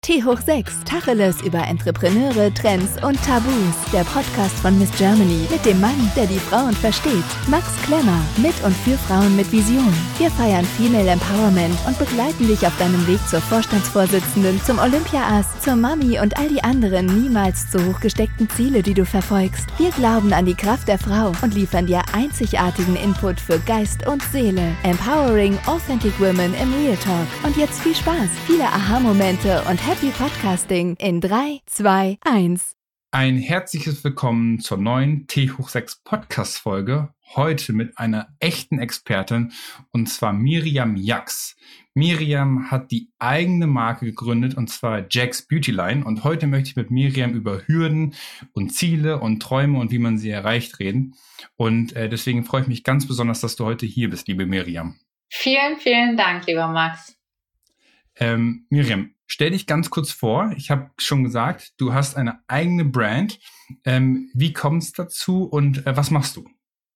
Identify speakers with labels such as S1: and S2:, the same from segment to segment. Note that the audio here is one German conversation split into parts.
S1: T hoch 6, Tacheles über Entrepreneure, Trends und Tabus. Der Podcast von Miss Germany mit dem Mann, der die Frauen versteht. Max Klemmer, mit und für Frauen mit Vision. Wir feiern Female Empowerment und begleiten dich auf deinem Weg zur Vorstandsvorsitzenden, zum Olympia-Ass, zur Mami und all die anderen niemals zu hoch gesteckten Ziele, die du verfolgst. Wir glauben an die Kraft der Frau und liefern dir einzigartigen Input für Geist und Seele. Empowering Authentic Women im Real Talk. Und jetzt viel Spaß, viele Aha-Momente und Happy Podcasting in 3, 2, 1.
S2: Ein herzliches Willkommen zur neuen T hoch 6 Podcast-Folge. Heute mit einer echten Expertin, und zwar Miriam Jax. Miriam hat die eigene Marke gegründet, und zwar Jax Beauty Line. Und heute möchte ich mit Miriam über Hürden und Ziele und Träume und wie man sie erreicht reden. Und deswegen freue ich mich ganz besonders, dass du heute hier bist, liebe Miriam.
S3: Vielen, vielen Dank, lieber Max.
S2: Miriam, stell dich ganz kurz vor. Ich habe schon gesagt, du hast eine eigene Brand. Wie kommt es dazu und was machst du?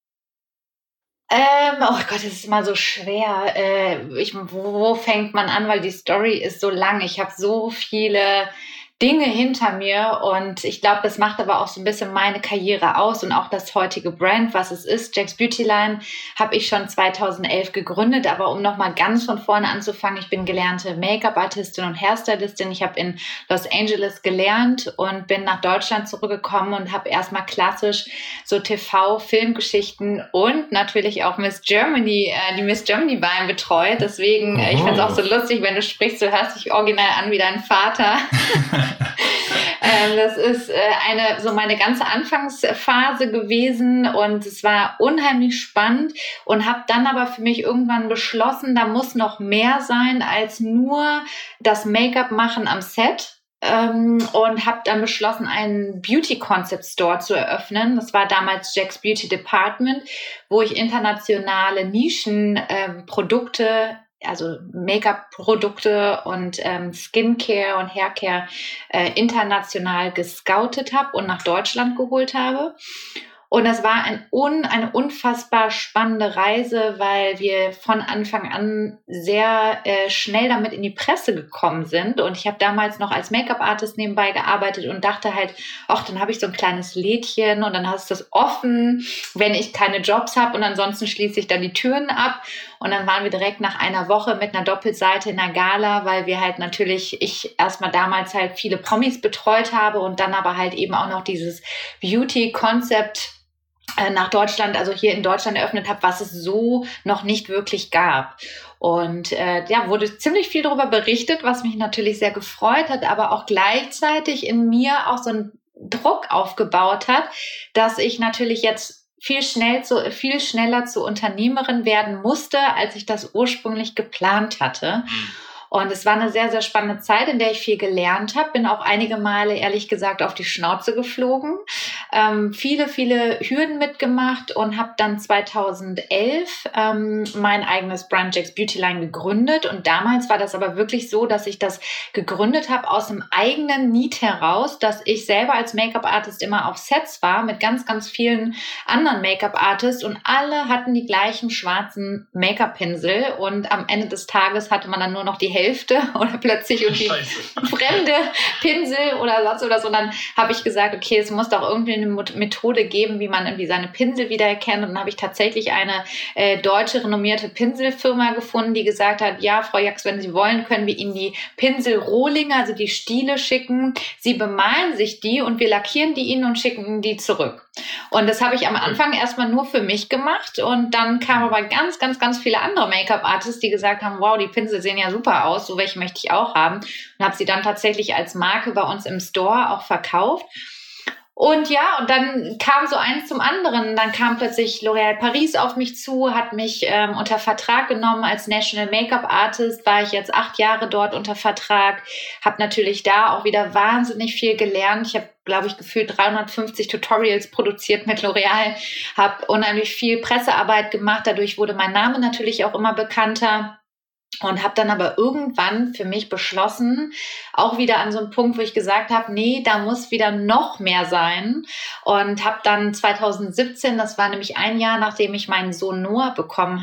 S3: Oh Gott, das ist immer so schwer. Wo fängt man an? Weil die Story ist so lang. Ich habe so viele Dinge hinter mir und ich glaube, das macht aber auch so ein bisschen meine Karriere aus und auch das heutige Brand, was es ist. Jax Beauty Line habe ich schon 2011 gegründet, aber um nochmal ganz von vorne anzufangen, ich bin gelernte Make-up-Artistin und Hairstylistin. Ich habe in Los Angeles gelernt und bin nach Deutschland zurückgekommen und habe erstmal klassisch so TV, Filmgeschichten und natürlich auch Miss Germany, die Miss Germany Wahlen betreut. Deswegen, ich finde es auch so lustig, wenn du sprichst, du hörst dich original an wie dein Vater. Das ist meine ganze Anfangsphase gewesen und es war unheimlich spannend und habe dann aber für mich irgendwann beschlossen, da muss noch mehr sein als nur das Make-up machen am Set. Und habe dann beschlossen, einen Beauty Concept Store zu eröffnen. Das war damals Jax Beauty Department, wo ich internationale Nischenprodukte, also Make-up-Produkte und Skincare und Haircare international gescoutet habe und nach Deutschland geholt habe. Und das war eine unfassbar spannende Reise, weil wir von Anfang an sehr schnell damit in die Presse gekommen sind. Und ich habe damals noch als Make-up-Artist nebenbei gearbeitet und dachte halt, dann habe ich so ein kleines Lädchen und dann hast du das offen, wenn ich keine Jobs habe und ansonsten schließe ich dann die Türen ab. Und dann waren wir direkt nach einer Woche mit einer Doppelseite in der Gala, weil wir halt ich erstmal damals halt viele Promis betreut habe und dann aber halt eben auch noch dieses Beauty-Konzept nach Deutschland, also hier in Deutschland eröffnet habe, was es so noch nicht wirklich gab. Und wurde ziemlich viel darüber berichtet, was mich natürlich sehr gefreut hat, aber auch gleichzeitig in mir auch so einen Druck aufgebaut hat, dass ich natürlich jetzt viel schneller zur Unternehmerin werden musste, als ich das ursprünglich geplant hatte. Und es war eine sehr, sehr spannende Zeit, in der ich viel gelernt habe. Bin auch einige Male, ehrlich gesagt, auf die Schnauze geflogen. Viele, viele Hürden mitgemacht und habe dann 2011 mein eigenes Brand Jax Beauty Line gegründet. Und damals war das aber wirklich so, dass ich das gegründet habe aus einem eigenen Need heraus, dass ich selber als Make-up-Artist immer auf Sets war mit ganz, ganz vielen anderen Make-up-Artists und alle hatten die gleichen schwarzen Make-up-Pinsel und am Ende des Tages hatte man dann nur noch die Hälfte oder plötzlich irgendwie fremde Pinsel oder sonst was. Und dann habe ich gesagt, okay, es muss doch irgendwie eine Methode geben, wie man irgendwie seine Pinsel wiedererkennt. Und dann habe ich tatsächlich eine deutsche renommierte Pinselfirma gefunden, die gesagt hat, ja, Frau Jax, wenn Sie wollen, können wir Ihnen die Pinselrohlinge, also die Stiele schicken. Sie bemalen sich die und wir lackieren die Ihnen und schicken Ihnen die zurück. Und das habe ich am Anfang erstmal nur für mich gemacht. Und dann kamen aber ganz, ganz, ganz viele andere Make-up-Artists, die gesagt haben, wow, die Pinsel sehen ja super aus, so welche möchte ich auch haben. Und habe sie dann tatsächlich als Marke bei uns im Store auch verkauft. Und ja, und dann kam so eins zum anderen. Dann kam plötzlich L'Oréal Paris auf mich zu, hat mich unter Vertrag genommen als National Make-up Artist. War ich jetzt 8 Jahre dort unter Vertrag. Habe natürlich da auch wieder wahnsinnig viel gelernt. Ich habe, glaube ich, gefühlt 350 Tutorials produziert mit L'Oréal. Habe unheimlich viel Pressearbeit gemacht. Dadurch wurde mein Name natürlich auch immer bekannter. Und habe dann aber irgendwann für mich beschlossen, auch wieder an so einem Punkt, wo ich gesagt habe, nee, da muss wieder noch mehr sein. Und habe dann 2017, das war nämlich ein Jahr, nachdem ich meinen Sohn Noah bekommen habe,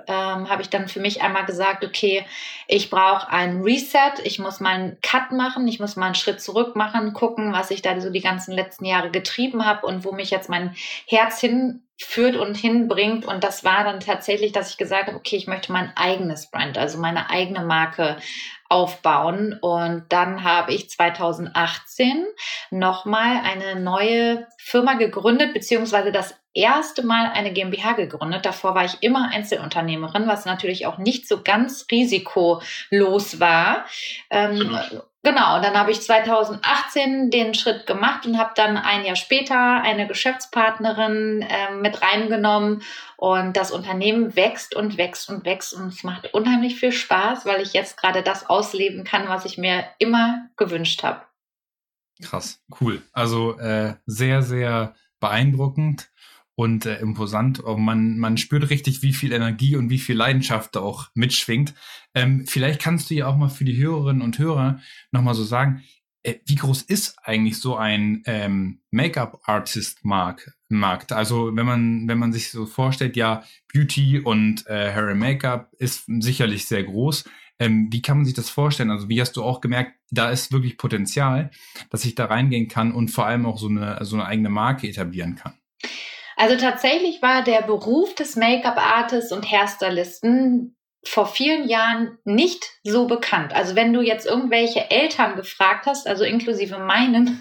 S3: habe ich dann für mich einmal gesagt, okay, ich brauche einen Reset, ich muss mal einen Cut machen, ich muss mal einen Schritt zurück machen, gucken, was ich da so die ganzen letzten Jahre getrieben habe und wo mich jetzt mein Herz hinführt und hinbringt. Und das war dann tatsächlich, dass ich gesagt habe, okay, ich möchte mein eigenes Brand, also meine eigene Marke aufbauen. Und dann habe ich 2018 nochmal eine neue Firma gegründet, beziehungsweise das erste Mal eine GmbH gegründet. Davor war ich immer Einzelunternehmerin, was natürlich auch nicht so ganz risikolos war. Genau, und dann habe ich 2018 den Schritt gemacht und habe dann ein Jahr später eine Geschäftspartnerin mit reingenommen. Und das Unternehmen wächst und wächst und wächst und es macht unheimlich viel Spaß, weil ich jetzt gerade das ausleben kann, was ich mir immer gewünscht habe.
S2: Krass, cool. Also sehr, sehr beeindruckend und imposant. Oh, man spürt richtig, wie viel Energie und wie viel Leidenschaft da auch mitschwingt. Vielleicht kannst du ja auch mal für die Hörerinnen und Hörer nochmal so sagen, wie groß ist eigentlich so ein Make-up-Artist-Markt? Also wenn man sich so vorstellt, ja, Beauty und Hair and Make-up ist sicherlich sehr groß. Wie kann man sich das vorstellen? Also wie hast du auch gemerkt, da ist wirklich Potenzial, dass ich da reingehen kann und vor allem auch so eine eigene Marke etablieren kann?
S3: Also tatsächlich war der Beruf des Make-up-Artists und Hairstylisten vor vielen Jahren nicht so bekannt. Also wenn du jetzt irgendwelche Eltern gefragt hast, also inklusive meinen,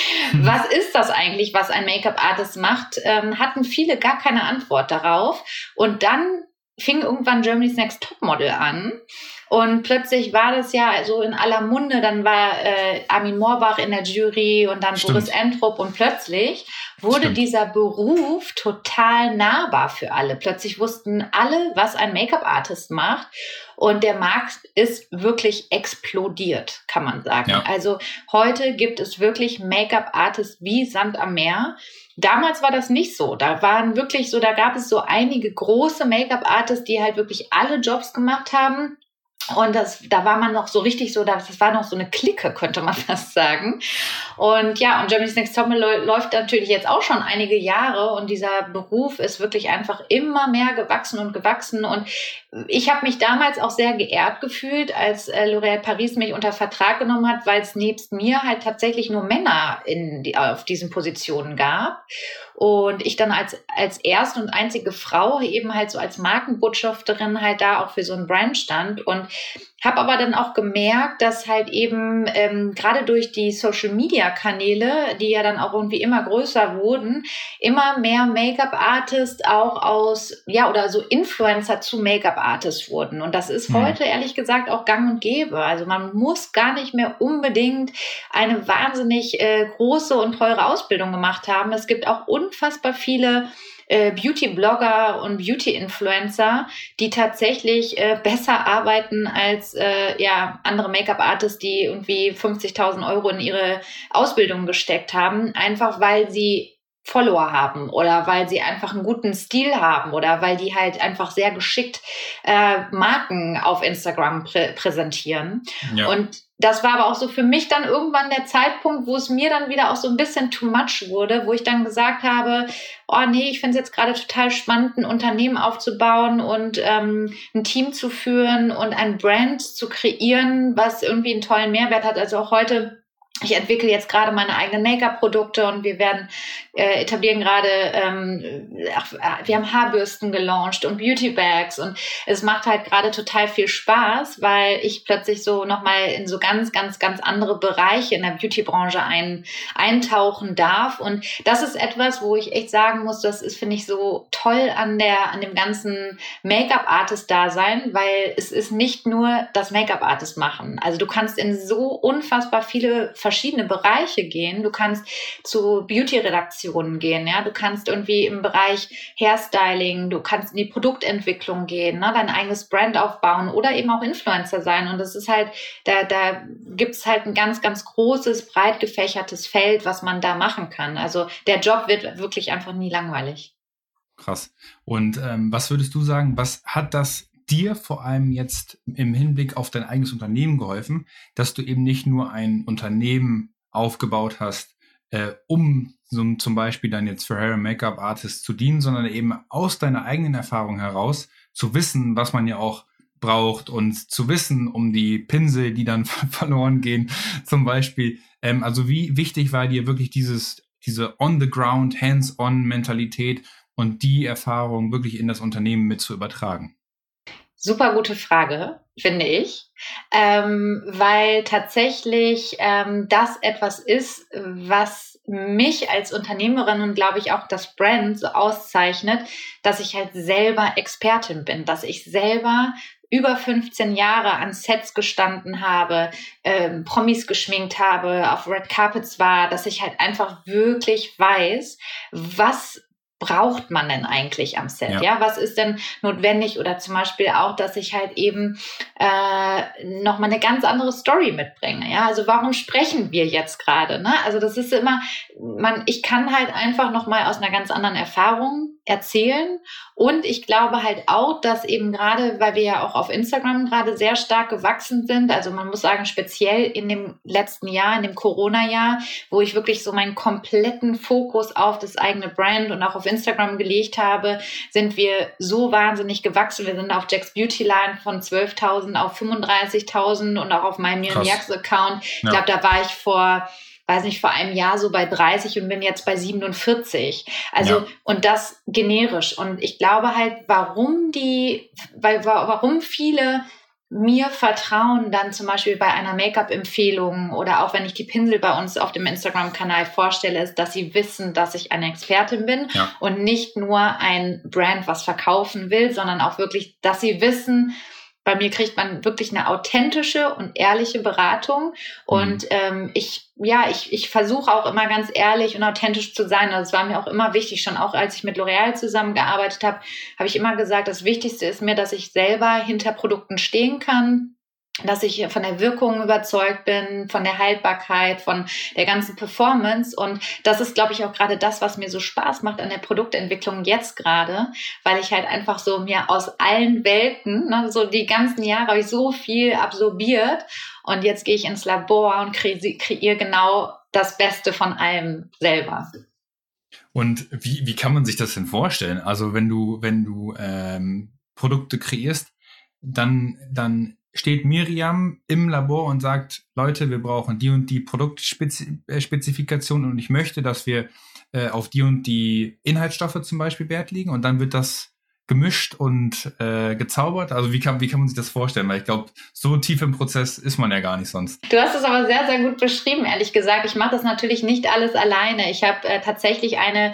S3: was ist das eigentlich, was ein Make-up-Artist macht, hatten viele gar keine Antwort darauf. Und dann fing irgendwann Germany's Next Topmodel an. Und plötzlich war das ja so in aller Munde, dann war Armin Moorbach in der Jury und dann Boris Entrup und plötzlich wurde dieser Beruf total nahbar für alle. Plötzlich wussten alle, was ein Make-up-Artist macht und der Markt ist wirklich explodiert, kann man sagen. Ja. Also heute gibt es wirklich Make-up-Artists wie Sand am Meer. Damals war das nicht so. Da gab es so einige große Make-up-Artists, die halt wirklich alle Jobs gemacht haben. Und da war man noch so richtig so, das war noch so eine Clique, könnte man fast sagen. Und ja, und Germany's Next Topmodel läuft natürlich jetzt auch schon einige Jahre und dieser Beruf ist wirklich einfach immer mehr gewachsen und gewachsen. Und ich habe mich damals auch sehr geehrt gefühlt, als L'Oréal Paris mich unter Vertrag genommen hat, weil es nebst mir halt tatsächlich nur Männer auf diesen Positionen gab. Und ich dann als erste und einzige Frau eben halt so als Markenbotschafterin halt da auch für so ein Brand stand und habe aber dann auch gemerkt, dass halt eben gerade durch die Social-Media-Kanäle, die ja dann auch irgendwie immer größer wurden, immer mehr Make-up-Artists auch oder so Influencer zu Make-up-Artists wurden. Und das ist heute ehrlich gesagt auch gang und gäbe. Also man muss gar nicht mehr unbedingt eine wahnsinnig große und teure Ausbildung gemacht haben. Es gibt auch unfassbar viele Beauty-Blogger und Beauty-Influencer, die tatsächlich besser arbeiten als andere Make-up-Artists, die irgendwie 50.000 € in ihre Ausbildung gesteckt haben, einfach weil sie Follower haben oder weil sie einfach einen guten Stil haben oder weil die halt einfach sehr geschickt Marken auf Instagram präsentieren. Ja. Und das war aber auch so für mich dann irgendwann der Zeitpunkt, wo es mir dann wieder auch so ein bisschen too much wurde, wo ich dann gesagt habe, oh nee, ich finde es jetzt gerade total spannend, ein Unternehmen aufzubauen und ein Team zu führen und ein Brand zu kreieren, was irgendwie einen tollen Mehrwert hat. Also auch heute, ich entwickle jetzt gerade meine eigenen Make-up-Produkte und wir etablieren gerade, wir haben Haarbürsten gelauncht und Beauty-Bags und es macht halt gerade total viel Spaß, weil ich plötzlich so nochmal in so ganz, ganz, ganz andere Bereiche in der Beauty-Branche eintauchen darf und das ist etwas, wo ich echt sagen muss, das ist, finde ich, so toll an dem ganzen Make-up-Artist-Dasein, weil es ist nicht nur das Make-up-Artist machen. Also du kannst in so unfassbar viele verschiedene Bereiche gehen. Du kannst zu Beauty-Redaktionen gehen, ja. Du kannst irgendwie im Bereich Hairstyling, du kannst in die Produktentwicklung gehen, ne? Dein eigenes Brand aufbauen oder eben auch Influencer sein. Und das ist halt, da gibt es halt ein ganz, ganz großes, breit gefächertes Feld, was man da machen kann. Also der Job wird wirklich einfach nie langweilig.
S2: Krass. Und was würdest du sagen, was hat das dir vor allem jetzt im Hinblick auf dein eigenes Unternehmen geholfen, dass du eben nicht nur ein Unternehmen aufgebaut hast, um so zum Beispiel dann jetzt für Hair- und Make-up-Artists zu dienen, sondern eben aus deiner eigenen Erfahrung heraus zu wissen, was man ja auch braucht und zu wissen um die Pinsel, die dann verloren gehen, zum Beispiel. Also wie wichtig war dir wirklich diese on-the-ground, hands-on-Mentalität und die Erfahrung wirklich in das Unternehmen mit zu übertragen?
S3: Super gute Frage, finde ich, weil tatsächlich das etwas ist, was mich als Unternehmerin und glaube ich auch das Brand so auszeichnet, dass ich halt selber Expertin bin, dass ich selber über 15 Jahre an Sets gestanden habe, Promis geschminkt habe, auf Red Carpets war, dass ich halt einfach wirklich weiß, was braucht man denn eigentlich am Set? Ja, was ist denn notwendig? Oder zum Beispiel auch, dass ich halt eben nochmal eine ganz andere Story mitbringe. Ja, also warum sprechen wir jetzt gerade? Ne? Also das ist immer, ich kann halt einfach nochmal aus einer ganz anderen Erfahrung erzählen. Und ich glaube halt auch, dass eben gerade, weil wir ja auch auf Instagram gerade sehr stark gewachsen sind, also man muss sagen, speziell in dem letzten Jahr, in dem Corona-Jahr, wo ich wirklich so meinen kompletten Fokus auf das eigene Brand und auch auf Instagram gelegt habe, sind wir so wahnsinnig gewachsen. Wir sind auf Jack's Beauty Line von 12.000 auf 35.000 und auch auf meinem Jax-Account. Ich glaube, da war ich vor einem Jahr so bei 30 und bin jetzt bei 47. Also, und das generisch. Und ich glaube halt, warum viele mir vertrauen dann zum Beispiel bei einer Make-up-Empfehlung oder auch wenn ich die Pinsel bei uns auf dem Instagram-Kanal vorstelle, ist, dass sie wissen, dass ich eine Expertin bin und nicht nur ein Brand, was verkaufen will, sondern auch wirklich, dass sie wissen, bei mir kriegt man wirklich eine authentische und ehrliche Beratung. Und ich versuche auch immer ganz ehrlich und authentisch zu sein. Also es war mir auch immer wichtig, schon auch als ich mit L'Oreal zusammengearbeitet habe, habe ich immer gesagt, das Wichtigste ist mir, dass ich selber hinter Produkten stehen kann, dass ich von der Wirkung überzeugt bin, von der Haltbarkeit, von der ganzen Performance. Und das ist, glaube ich, auch gerade das, was mir so Spaß macht an der Produktentwicklung jetzt gerade, weil ich halt einfach so mir aus allen Welten, ne, so die ganzen Jahre habe ich so viel absorbiert und jetzt gehe ich ins Labor und kreiere genau das Beste von allem selber.
S2: Und wie kann man sich das denn vorstellen? Also wenn du Produkte kreierst, dann steht Miriam im Labor und sagt, Leute, wir brauchen die und die Produktspezifikation und ich möchte, dass wir auf die und die Inhaltsstoffe zum Beispiel Wert legen und dann wird das gemischt und gezaubert. Also wie kann man sich das vorstellen? Weil ich glaube, so tief im Prozess ist man ja gar nicht sonst.
S3: Du hast es aber sehr, sehr gut beschrieben, ehrlich gesagt. Ich mache das natürlich nicht alles alleine. Ich habe tatsächlich wir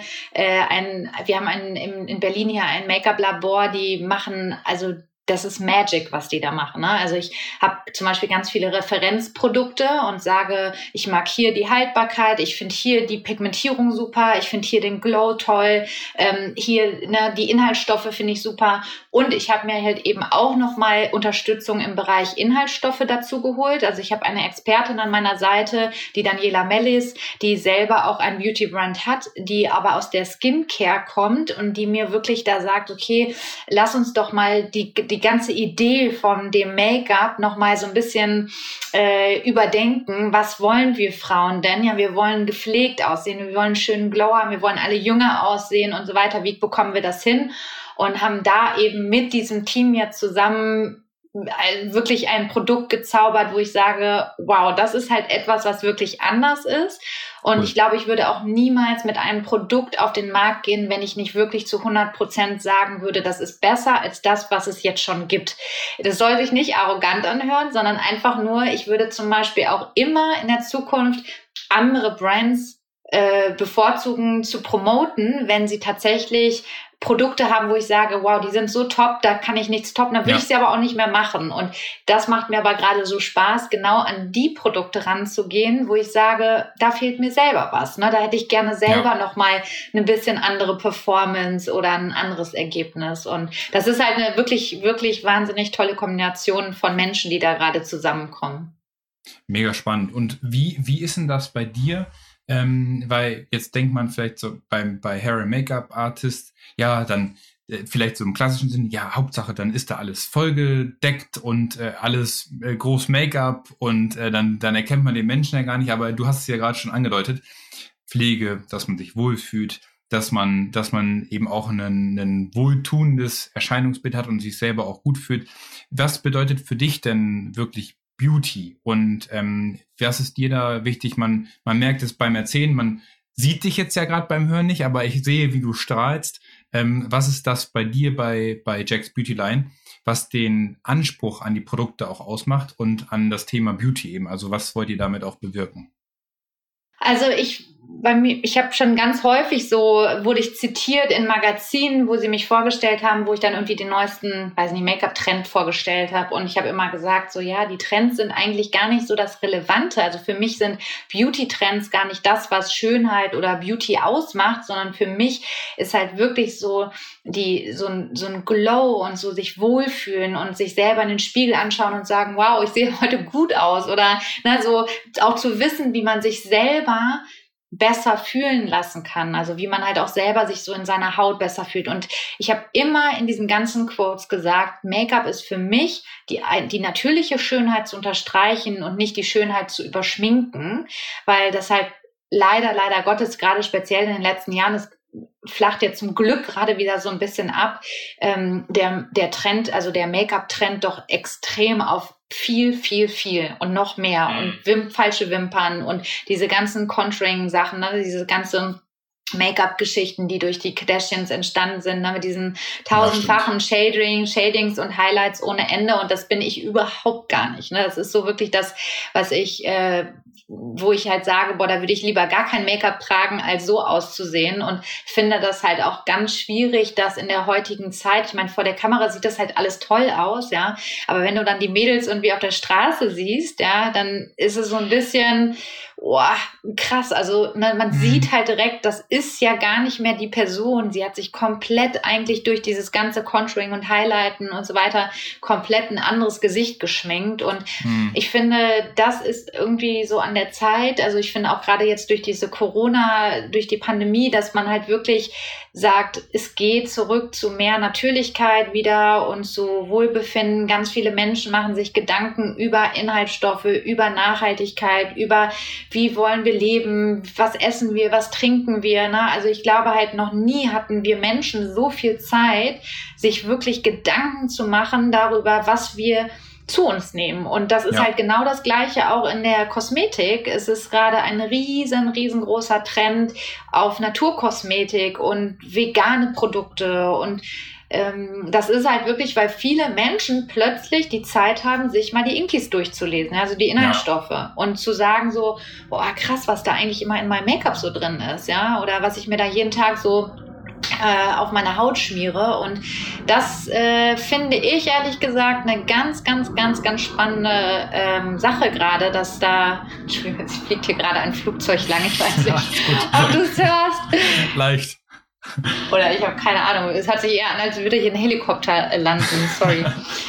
S3: haben in Berlin hier ein Make-up-Labor, die machen, also das ist Magic, was die da machen. Ne? Also ich habe zum Beispiel ganz viele Referenzprodukte und sage, ich mag hier die Haltbarkeit, ich finde hier die Pigmentierung super, ich finde hier den Glow toll, hier die Inhaltsstoffe finde ich super. Und ich habe mir halt eben auch nochmal Unterstützung im Bereich Inhaltsstoffe dazu geholt. Also ich habe eine Expertin an meiner Seite, die Daniela Mellis, die selber auch ein Beauty-Brand hat, die aber aus der Skincare kommt und die mir wirklich da sagt, okay, lass uns doch mal die ganze Idee von dem Make-up noch mal so ein bisschen überdenken. Was wollen wir Frauen denn? Ja, wir wollen gepflegt aussehen, wir wollen einen schönen Glow haben, wir wollen alle jünger aussehen und so weiter. Wie bekommen wir das hin? Und haben da eben mit diesem Team jetzt zusammen wirklich ein Produkt gezaubert, wo ich sage, wow, das ist halt etwas, was wirklich anders ist. Und ich glaube, ich würde auch niemals mit einem Produkt auf den Markt gehen, wenn ich nicht wirklich zu 100% sagen würde, das ist besser als das, was es jetzt schon gibt. Das soll sich nicht arrogant anhören, sondern einfach nur, ich würde zum Beispiel auch immer in der Zukunft andere Brands bevorzugen zu promoten, wenn sie tatsächlich Produkte haben, wo ich sage, wow, die sind so top, da kann ich nichts toppen, dann will ich sie aber auch nicht mehr machen. Und das macht mir aber gerade so Spaß, genau an die Produkte ranzugehen, wo ich sage, da fehlt mir selber was. Ne? Da hätte ich gerne selber nochmal eine bisschen andere Performance oder ein anderes Ergebnis. Und das ist halt eine wirklich, wirklich wahnsinnig tolle Kombination von Menschen, die da gerade zusammenkommen.
S2: Mega spannend. Und wie ist denn das bei dir? Weil jetzt denkt man vielleicht so bei Hair and Make-up Artist, ja, dann vielleicht so im klassischen Sinn, ja, Hauptsache, dann ist da alles vollgedeckt und alles groß Make-up und dann erkennt man den Menschen ja gar nicht, aber du hast es ja gerade schon angedeutet, Pflege, dass man sich wohlfühlt, dass man eben auch ein wohltuendes Erscheinungsbild hat und sich selber auch gut fühlt. Was bedeutet für dich denn wirklich Beauty? Und was ist dir da wichtig? Man merkt es beim Erzählen, man sieht dich jetzt ja gerade beim Hören nicht, aber ich sehe, wie du strahlst. Was ist das bei dir bei Jack's Beauty Line, was den Anspruch an die Produkte auch ausmacht und an das Thema Beauty eben? Also was wollt ihr damit auch bewirken?
S3: Also ich habe schon ganz häufig wurde ich zitiert in Magazinen, wo sie mich vorgestellt haben, wo ich dann irgendwie den neuesten, Make-up-Trend vorgestellt habe. Und ich habe immer gesagt, so ja, die Trends sind eigentlich gar nicht so das Relevante. Also für mich sind Beauty-Trends gar nicht das, was Schönheit oder Beauty ausmacht, sondern für mich ist halt wirklich so ein Glow und so sich wohlfühlen und sich selber in den Spiegel anschauen und sagen, wow, ich sehe heute gut aus. Oder so auch zu wissen, wie man sich selber besser fühlen lassen kann, also wie man halt auch selber sich so in seiner Haut besser fühlt. Und ich habe immer in diesen ganzen Quotes gesagt, Make-up ist für mich die natürliche Schönheit zu unterstreichen und nicht die Schönheit zu überschminken, weil das halt leider Gottes, gerade speziell in den letzten Jahren, es flacht jetzt zum Glück gerade wieder so ein bisschen ab, der Trend, also der Make-up-Trend doch extrem auf viel und noch mehr und falsche Wimpern und diese ganzen Contouring-Sachen, ne, diese ganzen Make-up-Geschichten, die durch die Kardashians entstanden sind, ne, mit diesen tausendfachen Shadings und Highlights ohne Ende, und das bin ich überhaupt gar nicht. Ne? Das ist so wirklich das, was wo ich halt sage, da würde ich lieber gar kein Make-up tragen, als so auszusehen, und finde das halt auch ganz schwierig, dass in der heutigen Zeit, ich meine, vor der Kamera sieht das halt alles toll aus, ja, aber wenn du dann die Mädels irgendwie auf der Straße siehst, ja, dann ist es so ein bisschen krass, also man sieht halt direkt, das ist ja gar nicht mehr die Person, sie hat sich komplett eigentlich durch dieses ganze Contouring und Highlighten und so weiter komplett ein anderes Gesicht geschminkt, und ich finde, das ist irgendwie so an der Zeit, also ich finde auch gerade jetzt durch diese Corona, durch die Pandemie, dass man halt wirklich sagt, es geht zurück zu mehr Natürlichkeit wieder und zu Wohlbefinden. Ganz viele Menschen machen sich Gedanken über Inhaltsstoffe, über Nachhaltigkeit, über wie wollen wir leben, was essen wir, was trinken wir. Ne? Also ich glaube halt, noch nie hatten wir Menschen so viel Zeit, sich wirklich Gedanken zu machen darüber, was wir zu uns nehmen. Und das ist halt genau das Gleiche auch in der Kosmetik. Es ist gerade ein riesengroßer Trend auf Naturkosmetik und vegane Produkte, und das ist halt wirklich, weil viele Menschen plötzlich die Zeit haben, sich mal die Inkis durchzulesen, also die Inhaltsstoffe, und zu sagen so, krass, was da eigentlich immer in meinem Make-up so drin ist, ja, oder was ich mir da jeden Tag so auf meine Haut schmiere. Und das finde ich ehrlich gesagt eine ganz spannende Sache gerade, dass da, Entschuldigung, es fliegt hier gerade ein Flugzeug lang, ich weiß nicht, ob du es hörst.
S2: Leicht.
S3: Oder ich habe keine Ahnung, es hat sich eher an, als würde ich in einen Helikopter landen, sorry.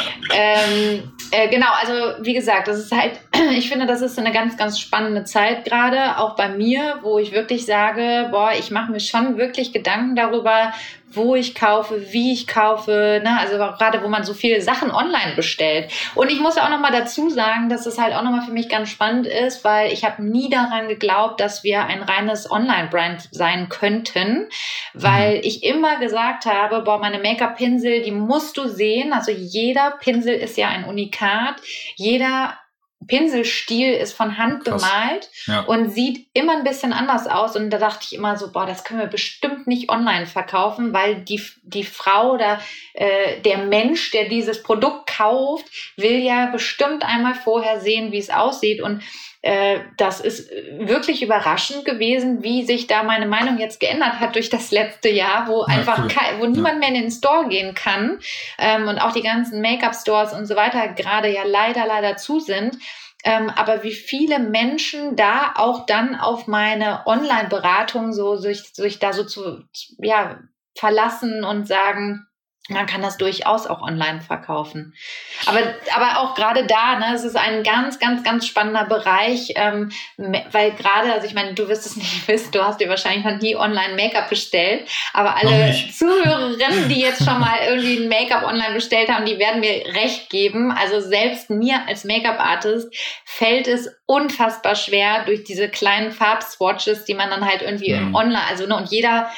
S3: Genau, also wie gesagt, das ist halt, ich finde, das ist eine ganz spannende Zeit gerade, auch bei mir, wo ich wirklich sage, ich mache mir schon wirklich Gedanken darüber, wo ich kaufe, wie ich kaufe, ne? Also gerade, wo man so viele Sachen online bestellt. Und ich muss auch nochmal dazu sagen, dass es halt auch nochmal für mich ganz spannend ist, weil ich habe nie daran geglaubt, dass wir ein reines Online-Brand sein könnten, weil ich immer gesagt habe, meine Make-up-Pinsel, die musst du sehen. Also jeder Pinsel ist ja ein Unikat. Jeder Pinselstiel ist von Hand bemalt und sieht immer ein bisschen anders aus. Und da dachte ich immer so, das können wir bestimmt nicht online verkaufen, weil die Frau oder der Mensch, der dieses Produkt kauft, will ja bestimmt einmal vorher sehen, wie es aussieht. Und das ist wirklich überraschend gewesen, wie sich da meine Meinung jetzt geändert hat durch das letzte Jahr, wo wo niemand mehr in den Store gehen kann, und auch die ganzen Make-up-Stores und so weiter gerade ja leider zu sind. Aber wie viele Menschen da auch dann auf meine Online-Beratung sich da so verlassen und sagen, man kann das durchaus auch online verkaufen. Aber auch gerade da, ne, es ist ein ganz spannender Bereich, weil gerade, also ich meine, du wirst es nicht wissen, du hast dir wahrscheinlich noch nie online Make-up bestellt, aber alle Zuhörerinnen, die jetzt schon mal irgendwie ein Make-up online bestellt haben, die werden mir recht geben. Also selbst mir als Make-up-Artist fällt es unfassbar schwer durch diese kleinen Farbswatches, die man dann halt irgendwie im Online, also, ne, und jeder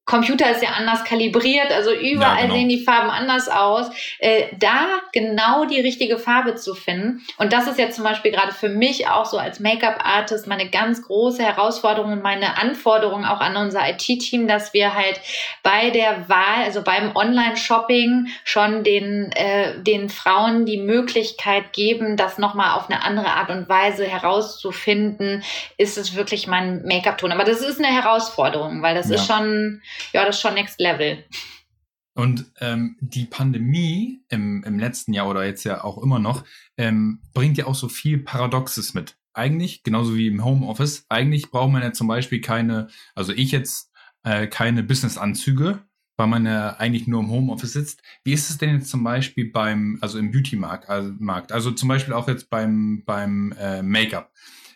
S3: Computer ist ja anders kalibriert, also überall sehen die Farben anders aus. Da genau die richtige Farbe zu finden. Und das ist ja zum Beispiel gerade für mich auch so als Make-up-Artist meine ganz große Herausforderung und meine Anforderung auch an unser IT-Team, dass wir halt bei der Wahl, also beim Online-Shopping schon den Frauen die Möglichkeit geben, das nochmal auf eine andere Art und Weise herauszufinden, ist es wirklich mein Make-up-Ton. Aber das ist eine Herausforderung, weil das ist schon Next Level.
S2: Und die Pandemie im letzten Jahr oder jetzt ja auch immer noch, bringt ja auch so viel Paradoxes mit. Eigentlich, genauso wie im Homeoffice, eigentlich braucht man ja zum Beispiel keine Business-Anzüge, weil man ja eigentlich nur im Homeoffice sitzt. Wie ist es denn jetzt zum Beispiel im Beauty-Markt, also zum Beispiel auch jetzt beim Make-up?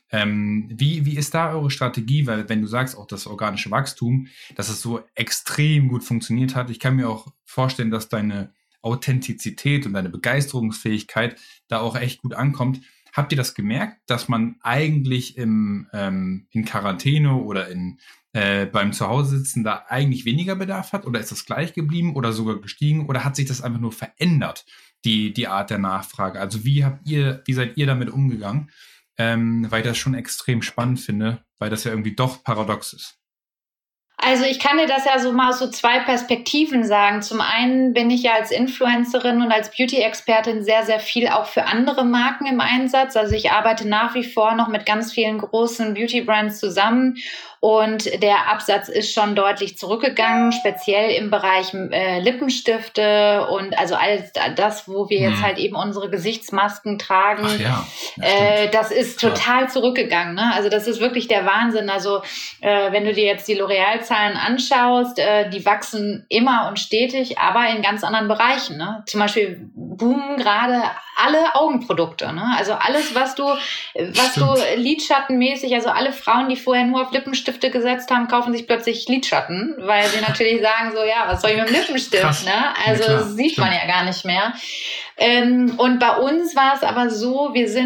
S2: Wie ist da eure Strategie? Weil wenn du sagst, auch das organische Wachstum, dass es so extrem gut funktioniert hat, ich kann mir auch vorstellen, dass deine Authentizität und deine Begeisterungsfähigkeit da auch echt gut ankommt. Habt ihr das gemerkt, dass man eigentlich in Quarantäne oder beim Zuhause-Sitzen da eigentlich weniger Bedarf hat? Oder ist das gleich geblieben oder sogar gestiegen? Oder hat sich das einfach nur verändert, die Art der Nachfrage? Also wie seid ihr damit umgegangen? Weil ich das schon extrem spannend finde, weil das ja irgendwie doch paradox ist.
S3: Also ich kann dir das ja so mal aus so zwei Perspektiven sagen. Zum einen bin ich ja als Influencerin und als Beauty-Expertin sehr, sehr viel auch für andere Marken im Einsatz. Also ich arbeite nach wie vor noch mit ganz vielen großen Beauty-Brands zusammen und der Absatz ist schon deutlich zurückgegangen, speziell im Bereich Lippenstifte und also alles das, wo wir jetzt halt eben unsere Gesichtsmasken tragen.
S2: Ach ja,
S3: das ist total zurückgegangen. Ne? Also das ist wirklich der Wahnsinn. Also wenn du dir jetzt die L'Oreal-Zahlen anschaust, die wachsen immer und stetig, aber in ganz anderen Bereichen. Ne? Zum Beispiel boomen gerade alle Augenprodukte. Ne? Also alles, was du lidschattenmäßig, also alle Frauen, die vorher nur auf Lippenstifte gesetzt haben, kaufen sich plötzlich Lidschatten, weil sie natürlich sagen so, ja, was soll ich mit dem Lippenstift?
S2: Krass.
S3: Ne? Also
S2: ja,
S3: das sieht man ja gar nicht mehr. Und bei uns war es aber so,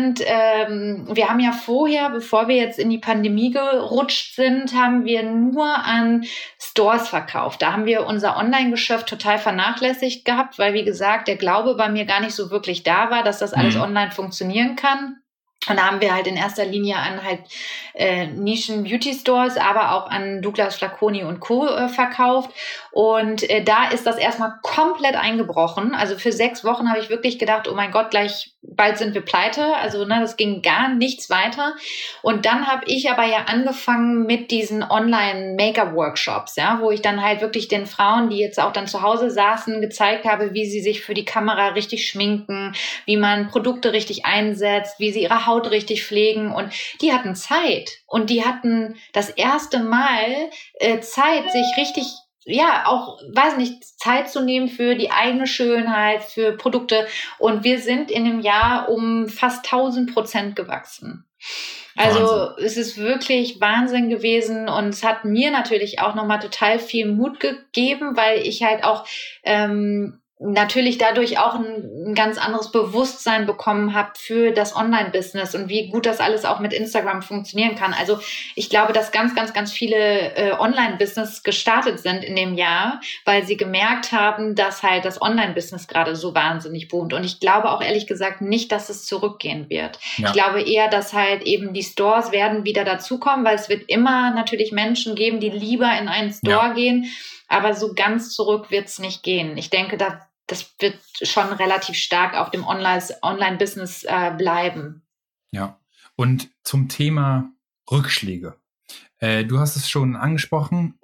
S3: wir haben ja vorher, bevor wir jetzt in die Pandemie gerutscht sind, haben wir nur an Stores verkauft. Da haben wir unser Online-Geschäft total vernachlässigt gehabt, weil, wie gesagt, der Glaube bei mir gar nicht so wirklich da war, dass das alles online funktionieren kann. Und da haben wir halt in erster Linie an halt Nischen-Beauty-Stores, aber auch an Douglas, Flaconi und Co. Verkauft. Und da ist das erstmal komplett eingebrochen. Also für 6 Wochen habe ich wirklich gedacht, oh mein Gott, bald sind wir pleite. Also das ging gar nichts weiter. Und dann habe ich aber ja angefangen mit diesen Online-Make-up-Workshops, ja, wo ich dann halt wirklich den Frauen, die jetzt auch dann zu Hause saßen, gezeigt habe, wie sie sich für die Kamera richtig schminken, wie man Produkte richtig einsetzt, wie sie ihre Haut richtig pflegen. Und die hatten Zeit. Und die hatten das erste Mal Zeit, sich richtig, auch, weiß nicht, Zeit zu nehmen für die eigene Schönheit, für Produkte. Und wir sind in dem Jahr um fast 1000% gewachsen. Also Wahnsinn. Es ist wirklich Wahnsinn gewesen und es hat mir natürlich auch nochmal total viel Mut gegeben, weil ich halt auch natürlich dadurch auch ein ganz anderes Bewusstsein bekommen habe für das Online-Business und wie gut das alles auch mit Instagram funktionieren kann. Also ich glaube, dass ganz, ganz, ganz viele Online-Business gestartet sind in dem Jahr, weil sie gemerkt haben, dass halt das Online-Business gerade so wahnsinnig boomt. Und ich glaube auch ehrlich gesagt nicht, dass es zurückgehen wird. Ja. Ich glaube eher, dass halt eben die Stores werden wieder dazukommen, weil es wird immer natürlich Menschen geben, die lieber in einen Store gehen. Aber so ganz zurück wird es nicht gehen. Ich denke, das wird schon relativ stark auf dem Online-Business bleiben.
S2: Ja, und zum Thema Rückschläge. Du hast es schon angesprochen,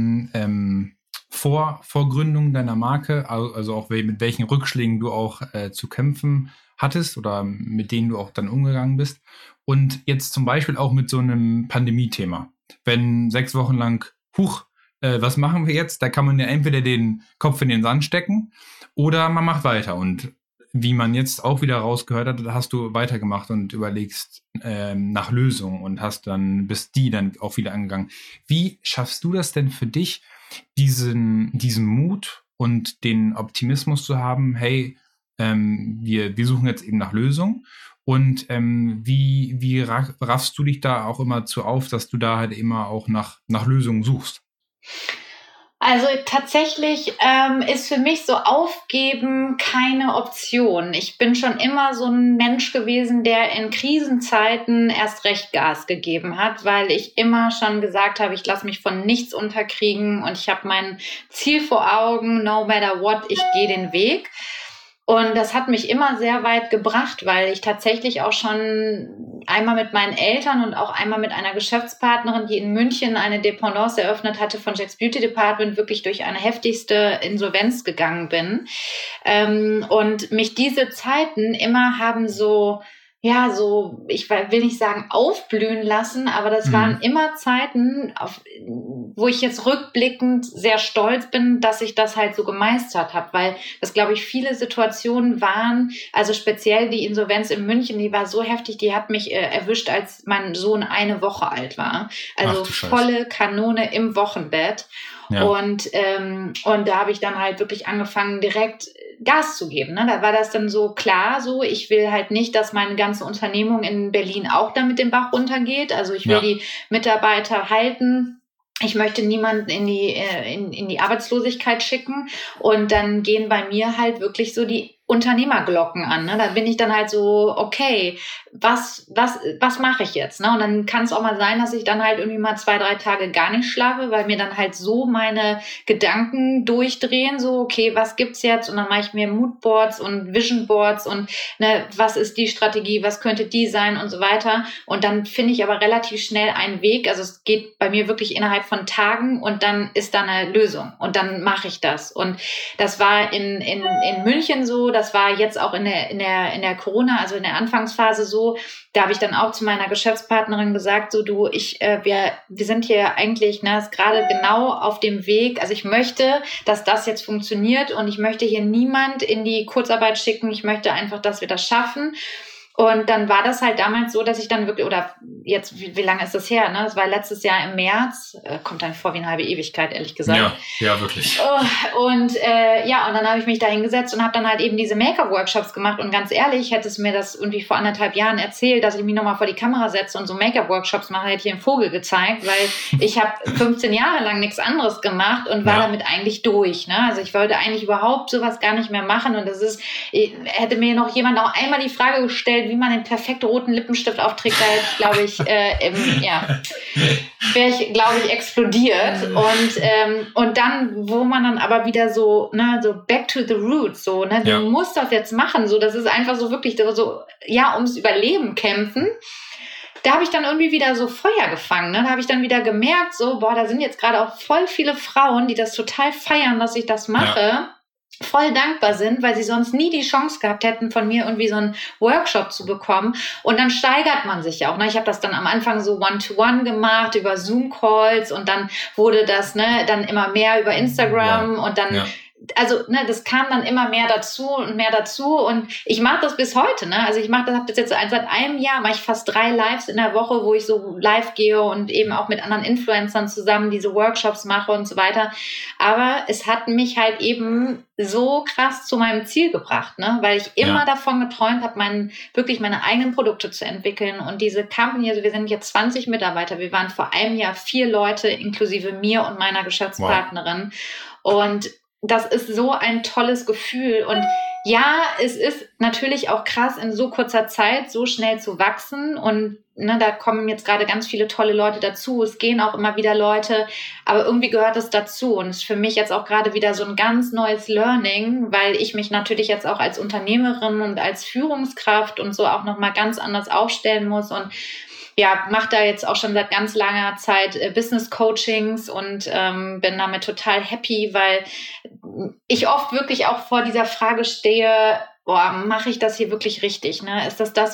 S2: vor Gründung deiner Marke, also auch mit welchen Rückschlägen du auch zu kämpfen hattest oder mit denen du auch dann umgegangen bist. Und jetzt zum Beispiel auch mit so einem Pandemie-Thema. Wenn 6 Wochen lang, was machen wir jetzt? Da kann man ja entweder den Kopf in den Sand stecken oder man macht weiter. Und wie man jetzt auch wieder rausgehört hat, hast du weitergemacht und überlegst nach Lösungen und bist die dann auch wieder angegangen. Wie schaffst du das denn für dich, diesen Mut und den Optimismus zu haben, hey, wir suchen jetzt eben nach Lösungen? Und wie raffst du dich da auch immer auf, dass du da halt immer auch nach Lösungen suchst?
S3: Also tatsächlich ist für mich so Aufgeben keine Option. Ich bin schon immer so ein Mensch gewesen, der in Krisenzeiten erst recht Gas gegeben hat, weil ich immer schon gesagt habe, ich lasse mich von nichts unterkriegen und ich habe mein Ziel vor Augen, no matter what, ich gehe den Weg. Und das hat mich immer sehr weit gebracht, weil ich tatsächlich auch schon einmal mit meinen Eltern und auch einmal mit einer Geschäftspartnerin, die in München eine Dependance eröffnet hatte von Jack's Beauty Department, wirklich durch eine heftigste Insolvenz gegangen bin. Und mich diese Zeiten immer haben so, ich will nicht sagen aufblühen lassen, aber das waren immer Zeiten, wo ich jetzt rückblickend sehr stolz bin, dass ich das halt so gemeistert habe, weil das, glaube ich, viele Situationen waren, also speziell die Insolvenz in München, die war so heftig, die hat mich erwischt, als mein Sohn 1 Woche alt war. Also volle Kanone im Wochenbett. Ja. Und da habe ich dann halt wirklich angefangen, direkt Gas zu geben. Ne? Da war das dann so klar, so ich will halt nicht, dass meine ganze Unternehmung in Berlin auch dann mit dem Bach runtergeht. Also ich will die Mitarbeiter halten. Ich möchte niemanden in die Arbeitslosigkeit schicken. Und dann gehen bei mir halt wirklich so die Unternehmerglocken an. Ne? Da bin ich dann halt so, okay, was mache ich jetzt? Ne? Und dann kann es auch mal sein, dass ich dann halt irgendwie mal 2-3 Tage gar nicht schlafe, weil mir dann halt so meine Gedanken durchdrehen, so, okay, was gibt's jetzt? Und dann mache ich mir Moodboards und Visionboards und ne, was ist die Strategie, was könnte die sein und so weiter. Und dann finde ich aber relativ schnell einen Weg. Also es geht bei mir wirklich innerhalb von Tagen und dann ist da eine Lösung. Und dann mache ich das. Und das war in München so, das war jetzt auch in der Corona, also in der Anfangsphase so, da habe ich dann auch zu meiner Geschäftspartnerin gesagt, so du, wir sind hier eigentlich gerade genau auf dem Weg, also ich möchte, dass das jetzt funktioniert und ich möchte hier niemand in die Kurzarbeit schicken, ich möchte einfach, dass wir das schaffen. Und dann war das halt damals so, dass ich dann wirklich, oder jetzt, wie lange ist das her? Ne? Das war letztes Jahr im März, kommt dann vor wie eine halbe Ewigkeit, ehrlich gesagt.
S2: Ja, wirklich.
S3: Und dann habe ich mich da hingesetzt und habe dann halt eben diese Make-up-Workshops gemacht. Und ganz ehrlich, hättest du mir das irgendwie vor 1,5 Jahren erzählt, dass ich mich nochmal vor die Kamera setze und so Make-up-Workshops mache, hätte ich einen Vogel gezeigt, weil ich habe 15 Jahre lang nichts anderes gemacht und war damit eigentlich durch. Ne? Also ich wollte eigentlich überhaupt sowas gar nicht mehr machen. Und hätte mir noch jemand auch einmal die Frage gestellt, wie man den perfekt roten Lippenstift aufträgt, da hätte ich, glaube ich, wäre ich, glaube ich, explodiert. Und dann, wo man dann aber wieder so, ne, so back to the roots, so, ne, du musst das jetzt machen, so, das ist einfach so wirklich so, ums Überleben kämpfen. Da habe ich dann irgendwie wieder so Feuer gefangen, ne? Da habe ich dann wieder gemerkt, so, da sind jetzt gerade auch voll viele Frauen, die das total feiern, dass ich das mache. Ja. Voll dankbar sind, weil sie sonst nie die Chance gehabt hätten, von mir irgendwie so einen Workshop zu bekommen. Und dann steigert man sich ja auch. Ne? Ich habe das dann am Anfang so One-to-One gemacht, über Zoom-Calls und dann wurde das dann immer mehr über Instagram und dann... Ja. Also, ne, das kam dann immer mehr dazu und ich mache das bis heute, ne? Also ich habe das jetzt seit einem Jahr, mache ich fast 3 Lives in der Woche, wo ich so live gehe und eben auch mit anderen Influencern zusammen diese Workshops mache und so weiter. Aber es hat mich halt eben so krass zu meinem Ziel gebracht, ne? Weil ich immer davon geträumt habe, wirklich meine eigenen Produkte zu entwickeln und diese Company, also wir sind jetzt 20 Mitarbeiter, wir waren vor einem Jahr 4 Leute, inklusive mir und meiner Geschäftspartnerin und das ist so ein tolles Gefühl. Und ja, es ist natürlich auch krass, in so kurzer Zeit so schnell zu wachsen. Und da kommen jetzt gerade ganz viele tolle Leute dazu. Es gehen auch immer wieder Leute. Aber irgendwie gehört es dazu. Und es ist für mich jetzt auch gerade wieder so ein ganz neues Learning, weil ich mich natürlich jetzt auch als Unternehmerin und als Führungskraft und so auch nochmal ganz anders aufstellen muss. Und mache da jetzt auch schon seit ganz langer Zeit Business-Coachings und bin damit total happy, weil ich oft wirklich auch vor dieser Frage stehe, mache ich das hier wirklich richtig? Ne? Ist das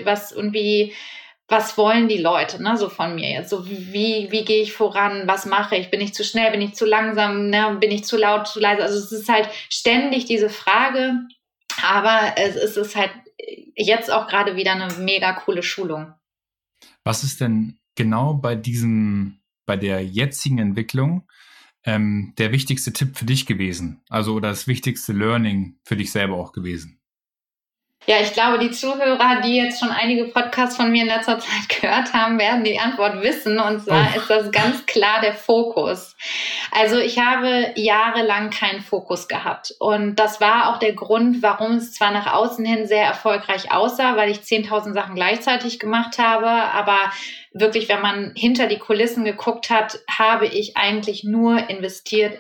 S3: was wollen die Leute, ne, so von mir jetzt? So wie gehe ich voran? Was mache ich? Bin ich zu schnell? Bin ich zu langsam? Ne? Bin ich zu laut, zu leise? Also es ist halt ständig diese Frage, aber es ist halt jetzt auch gerade wieder eine mega coole Schulung.
S2: Was ist denn genau bei der jetzigen Entwicklung der wichtigste Tipp für dich gewesen? Also oder das wichtigste Learning für dich selber auch gewesen?
S3: Ja, ich glaube, die Zuhörer, die jetzt schon einige Podcasts von mir in letzter Zeit gehört haben, werden die Antwort wissen. Und zwar ist das ganz klar der Fokus. Also ich habe jahrelang keinen Fokus gehabt. Und das war auch der Grund, warum es zwar nach außen hin sehr erfolgreich aussah, weil ich 10.000 Sachen gleichzeitig gemacht habe, aber wirklich, wenn man hinter die Kulissen geguckt hat, habe ich eigentlich nur investiert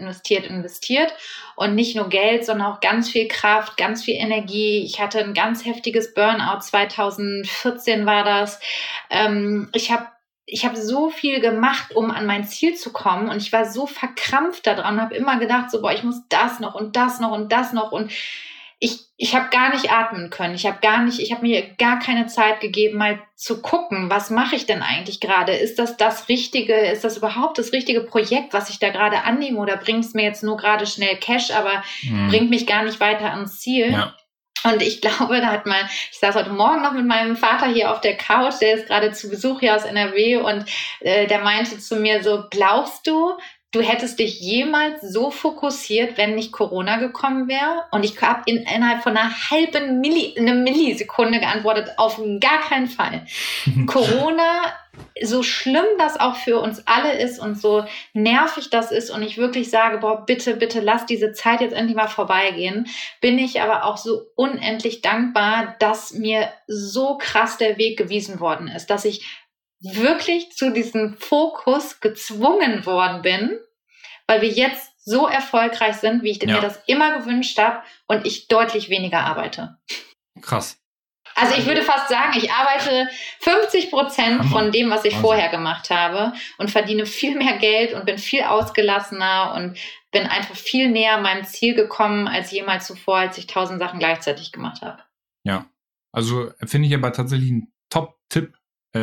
S3: und nicht nur Geld, sondern auch ganz viel Kraft, ganz viel Energie. Ich hatte ein ganz heftiges Burnout, 2014 war das. Ich habe so viel gemacht, um an mein Ziel zu kommen und ich war so verkrampft daran, habe immer gedacht, so, boah, ich muss das noch und das noch und das noch und ich habe gar nicht atmen können. Ich habe mir gar keine Zeit gegeben, mal zu gucken, was mache ich denn eigentlich gerade? Ist das Richtige? Ist das überhaupt das richtige Projekt, was ich da gerade annehme? Oder bringt es mir jetzt nur gerade schnell Cash, aber bringt mich gar nicht weiter ans Ziel? Ja. Und ich glaube, ich saß heute Morgen noch mit meinem Vater hier auf der Couch, der ist gerade zu Besuch hier aus NRW und der meinte zu mir so, glaubst du hättest dich jemals so fokussiert, wenn nicht Corona gekommen wäre? Und ich habe innerhalb von einer halben Millisekunde geantwortet, auf gar keinen Fall. Corona, so schlimm das auch für uns alle ist und so nervig das ist und ich wirklich sage, boah, bitte, bitte lass diese Zeit jetzt endlich mal vorbeigehen, bin ich aber auch so unendlich dankbar, dass mir so krass der Weg gewiesen worden ist, dass ich wirklich zu diesem Fokus gezwungen worden bin, weil wir jetzt so erfolgreich sind, wie ich mir das immer gewünscht habe und ich deutlich weniger arbeite.
S2: Krass.
S3: Also ich würde fast sagen, ich arbeite 50% von dem, was ich vorher gemacht habe und verdiene viel mehr Geld und bin viel ausgelassener und bin einfach viel näher meinem Ziel gekommen als jemals zuvor, als ich 1000 Sachen gleichzeitig gemacht habe.
S2: Ja, also finde ich aber tatsächlich einen Top-Tipp,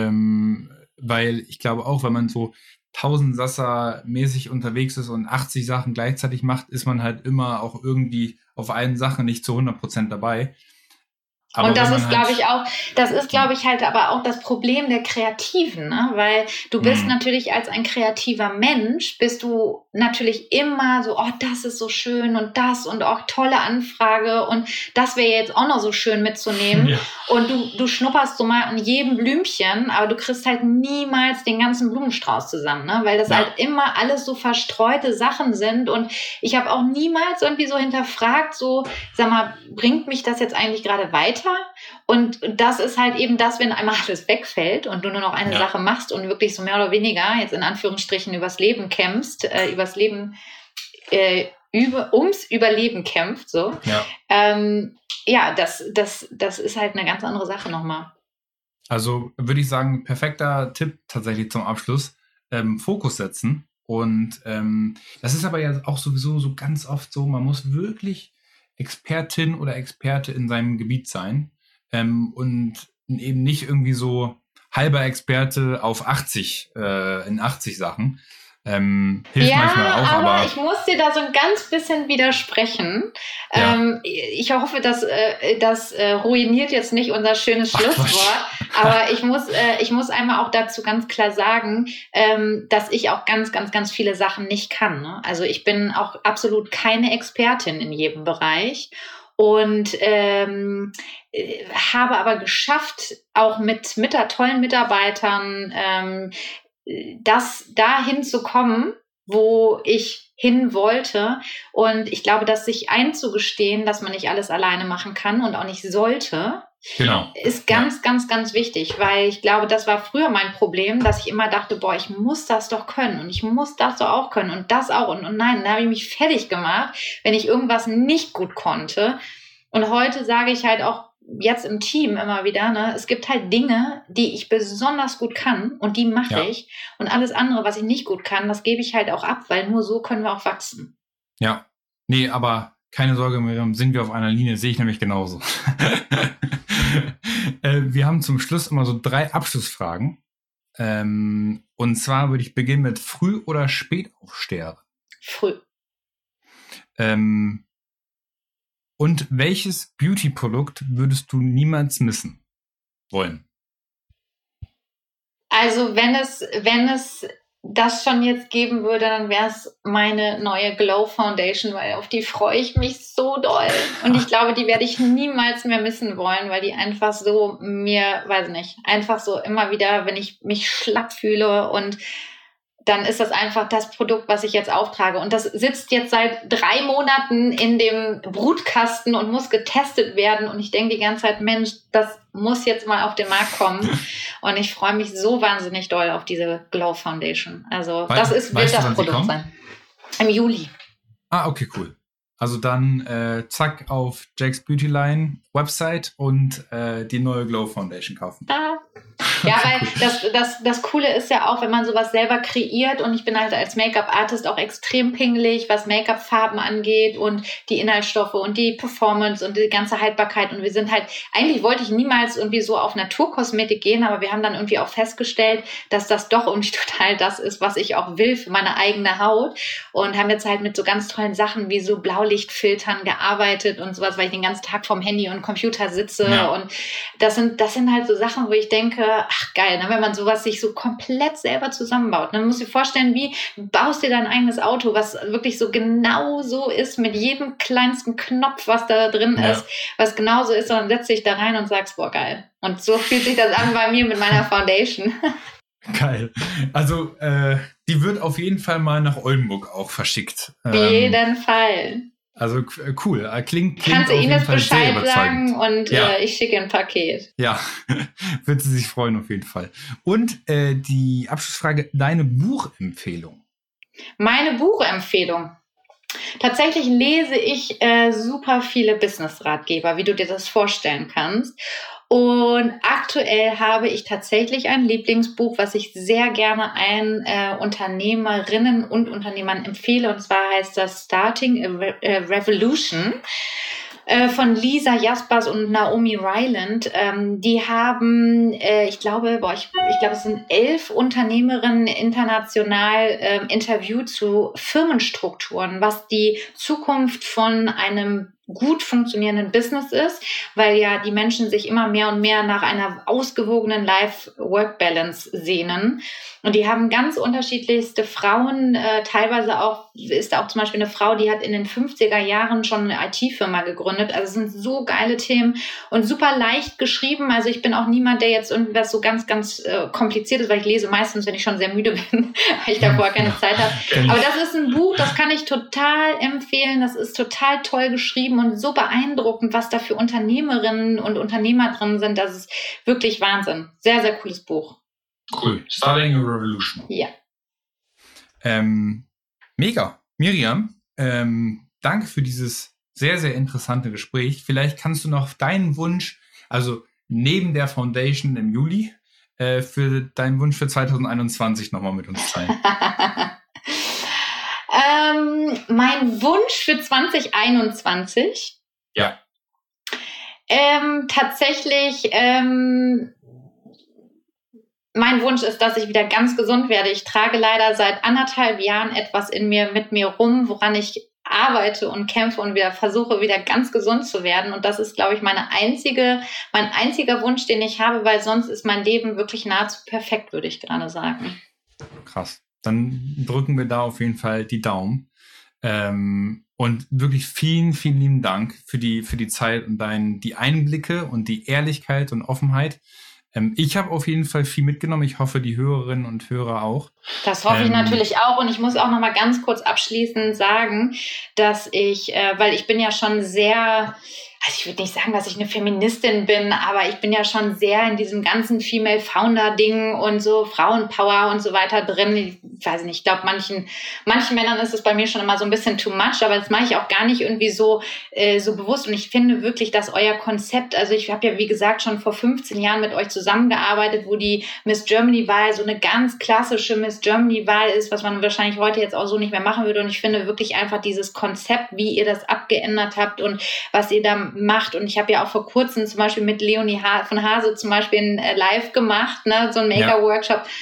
S2: weil ich glaube auch, wenn man so 1000 Sasser mäßig unterwegs ist und 80 Sachen gleichzeitig macht, ist man halt immer auch irgendwie auf allen Sachen nicht zu 100% dabei.
S3: Aber und das ist, glaube ich, halt aber auch das Problem der Kreativen, ne? Weil du bist natürlich als ein kreativer Mensch, bist du natürlich immer so, oh, das ist so schön und das und auch tolle Anfrage und das wäre jetzt auch noch so schön mitzunehmen. Ja. Und du schnupperst so mal an jedem Blümchen, aber du kriegst halt niemals den ganzen Blumenstrauß zusammen, ne? Weil das halt immer alles so verstreute Sachen sind und ich habe auch niemals irgendwie so hinterfragt, so, sag mal, bringt mich das jetzt eigentlich gerade weiter? Und das ist halt eben das, wenn einmal alles wegfällt und du nur noch eine Sache machst und wirklich so mehr oder weniger jetzt in Anführungsstrichen übers Leben kämpfst, ums Überleben kämpft, so. Ja, das ist halt eine ganz andere Sache nochmal.
S2: Also würde ich sagen, perfekter Tipp tatsächlich zum Abschluss, Fokus setzen und das ist aber ja auch sowieso so ganz oft so, man muss wirklich Expertin oder Experte in seinem Gebiet sein und eben nicht irgendwie so halber Experte auf 80 in 80 Sachen. Hilft manchmal auch, aber
S3: ich muss dir da so ein ganz bisschen widersprechen. Ja. Ich hoffe, das ruiniert jetzt nicht unser schönes Schlusswort. Aber ich muss einmal auch dazu ganz klar sagen, dass ich auch ganz, ganz, ganz viele Sachen nicht kann. Ne? Also ich bin auch absolut keine Expertin in jedem Bereich. Und habe aber geschafft, auch mit tollen Mitarbeitern, das dahin zu kommen, wo ich hin wollte. Und ich glaube, dass sich einzugestehen, dass man nicht alles alleine machen kann und auch nicht sollte, ist ganz, ganz, ganz wichtig. Weil ich glaube, das war früher mein Problem, dass ich immer dachte, boah, ich muss das doch können und ich muss das doch auch können und das auch. Und nein, da habe ich mich fertig gemacht, wenn ich irgendwas nicht gut konnte. Und heute sage ich halt auch, jetzt im Team immer wieder, ne, es gibt halt Dinge, die ich besonders gut kann und die mache ich und alles andere, was ich nicht gut kann, das gebe ich halt auch ab, weil nur so können wir auch wachsen.
S2: Ja, nee, aber keine Sorge, Miriam, sind wir auf einer Linie, sehe ich nämlich genauso. Wir haben zum Schluss immer so 3 Abschlussfragen und zwar würde ich beginnen mit Früh- oder Spätaufsteher?
S3: Früh.
S2: Und welches Beauty-Produkt würdest du niemals missen wollen?
S3: Also wenn es das schon jetzt geben würde, dann wäre es meine neue Glow Foundation, weil auf die freue ich mich so doll. Und ich glaube, die werde ich niemals mehr missen wollen, weil die einfach so mir, weiß nicht, einfach so immer wieder, wenn ich mich schlapp fühle und dann ist das einfach das Produkt, was ich jetzt auftrage. Und das sitzt jetzt seit 3 Monaten in dem Brutkasten und muss getestet werden. Und ich denke die ganze Zeit, Mensch, das muss jetzt mal auf den Markt kommen. Und ich freue mich so wahnsinnig doll auf diese Glow Foundation. Also wird das Produkt sein. Im Juli.
S2: Ah, okay, cool. Also dann zack auf Jack's Beauty Line Website und die neue Glow Foundation kaufen.
S3: Ja, weil das Coole ist ja auch, wenn man sowas selber kreiert, und ich bin halt als Make-up-Artist auch extrem pingelig, was Make-up-Farben angeht und die Inhaltsstoffe und die Performance und die ganze Haltbarkeit, und wir sind halt, eigentlich wollte ich niemals irgendwie so auf Naturkosmetik gehen, aber wir haben dann irgendwie auch festgestellt, dass das doch irgendwie total das ist, was ich auch will für meine eigene Haut, und haben jetzt halt mit so ganz tollen Sachen wie so Blaulichtfiltern gearbeitet und sowas, weil ich den ganzen Tag vom Handy und Computer sitze, und das sind halt so Sachen, wo ich denke, ach geil, ne, wenn man sowas sich so komplett selber zusammenbaut. Dann musst du dir vorstellen, wie baust dir dein eigenes Auto, was wirklich so genau so ist, mit jedem kleinsten Knopf, was da drin ist, was genau so ist, und dann setzt dich da rein und sagst, boah, geil. Und so fühlt sich das an bei mir mit meiner Foundation.
S2: Geil. Also die wird auf jeden Fall mal nach Oldenburg auch verschickt.
S3: Auf jeden Fall.
S2: Also cool, klingt
S3: Kannst du
S2: auf jeden
S3: Ines
S2: Fall sehr
S3: Bescheid
S2: überzeugend.
S3: sagen und ich schicke ein Paket.
S2: Ja, wird sie sich freuen auf jeden Fall. Und die Abschlussfrage, deine Buchempfehlung?
S3: Meine Buchempfehlung. Tatsächlich lese ich super viele Business-Ratgeber, wie du dir das vorstellen kannst. Und aktuell habe ich tatsächlich ein Lieblingsbuch, was ich sehr gerne allen Unternehmerinnen und Unternehmern empfehle. Und zwar heißt das Starting a Revolution von Lisa Jaspers und Naomi Ryland. Die haben, ich glaube, es sind 11 Unternehmerinnen international interviewt zu Firmenstrukturen, was die Zukunft von einem gut funktionierenden Business ist, weil ja die Menschen sich immer mehr und mehr nach einer ausgewogenen Life-Work-Balance sehnen. Und die haben ganz unterschiedlichste Frauen, teilweise ist auch zum Beispiel eine Frau, die hat in den 50er Jahren schon eine IT-Firma gegründet. Also es sind so geile Themen und super leicht geschrieben. Also ich bin auch niemand, der jetzt irgendwas so ganz, ganz kompliziert ist, weil ich lese meistens, wenn ich schon sehr müde bin, weil ich da vorher keine Zeit habe. Aber das ist ein Buch, das kann ich total empfehlen. Das ist total toll geschrieben und so beeindruckend, was da für Unternehmerinnen und Unternehmer drin sind. Das ist wirklich Wahnsinn. Sehr, sehr cooles Buch.
S2: Cool. Starting a Revolution.
S3: Ja.
S2: Mega. Miriam, danke für dieses sehr, sehr interessante Gespräch. Vielleicht kannst du noch deinen Wunsch, also neben der Foundation im Juli, für deinen Wunsch für 2021 nochmal mit uns teilen.
S3: Mein Wunsch für 2021?
S2: Ja.
S3: Tatsächlich, mein Wunsch ist, dass ich wieder ganz gesund werde. Ich trage leider seit 1,5 Jahren etwas mit mir rum, woran ich arbeite und kämpfe und wieder versuche, wieder ganz gesund zu werden. Und das ist, glaube ich, mein einziger Wunsch, den ich habe, weil sonst ist mein Leben wirklich nahezu perfekt, würde ich gerade sagen.
S2: Krass. Dann drücken wir da auf jeden Fall die Daumen. Und wirklich vielen, vielen lieben Dank für die Zeit und die Einblicke und die Ehrlichkeit und Offenheit. Ich habe auf jeden Fall viel mitgenommen. Ich hoffe, die Hörerinnen und Hörer auch.
S3: Das hoffe ich natürlich auch. Und ich muss auch noch mal ganz kurz abschließend sagen, dass weil ich bin ja schon sehr, also ich würde nicht sagen, dass ich eine Feministin bin, aber ich bin ja schon sehr in diesem ganzen Female-Founder-Ding und so Frauenpower und so weiter drin. Ich weiß nicht, ich glaube, manchen Männern ist es bei mir schon immer so ein bisschen too much, aber das mache ich auch gar nicht irgendwie so bewusst. Und ich finde wirklich, dass euer Konzept, also ich habe ja, wie gesagt, schon vor 15 Jahren mit euch zusammengearbeitet, wo die Miss Germany-Wahl so eine ganz klassische Miss Germany-Wahl ist, was man wahrscheinlich heute jetzt auch so nicht mehr machen würde. Und ich finde wirklich einfach dieses Konzept, wie ihr das abgeändert habt und was ihr da macht. Und ich habe ja auch vor kurzem zum Beispiel mit Leonie von Hase zum Beispiel ein Live gemacht, ne, so ein Maker-Workshop.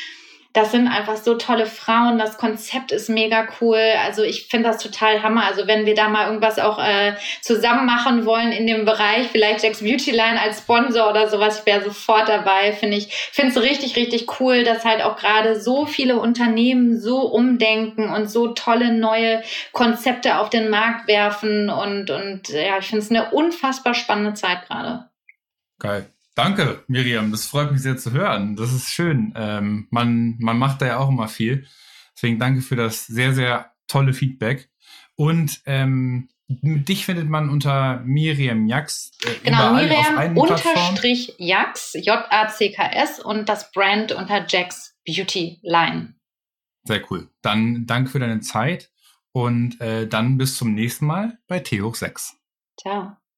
S3: Das sind einfach so tolle Frauen. Das Konzept ist mega cool. Also ich finde das total Hammer. Also wenn wir da mal irgendwas auch zusammen machen wollen in dem Bereich, vielleicht Jack's Beauty Line als Sponsor oder sowas, ich wäre sofort dabei. Finde es richtig, richtig cool, dass halt auch gerade so viele Unternehmen so umdenken und so tolle neue Konzepte auf den Markt werfen. Und ja, ich finde es eine unfassbar spannende Zeit gerade.
S2: Geil. Danke, Miriam. Das freut mich sehr zu hören. Das ist schön. Man macht da ja auch immer viel. Deswegen danke für das sehr, sehr tolle Feedback. Und dich findet man unter Miriam Jax.
S3: Genau, Miriam_Jax, Jacks und das Brand unter Jack's Beauty Line.
S2: Sehr cool. Dann danke für deine Zeit und dann bis zum nächsten Mal bei T hoch 6.
S3: Ciao.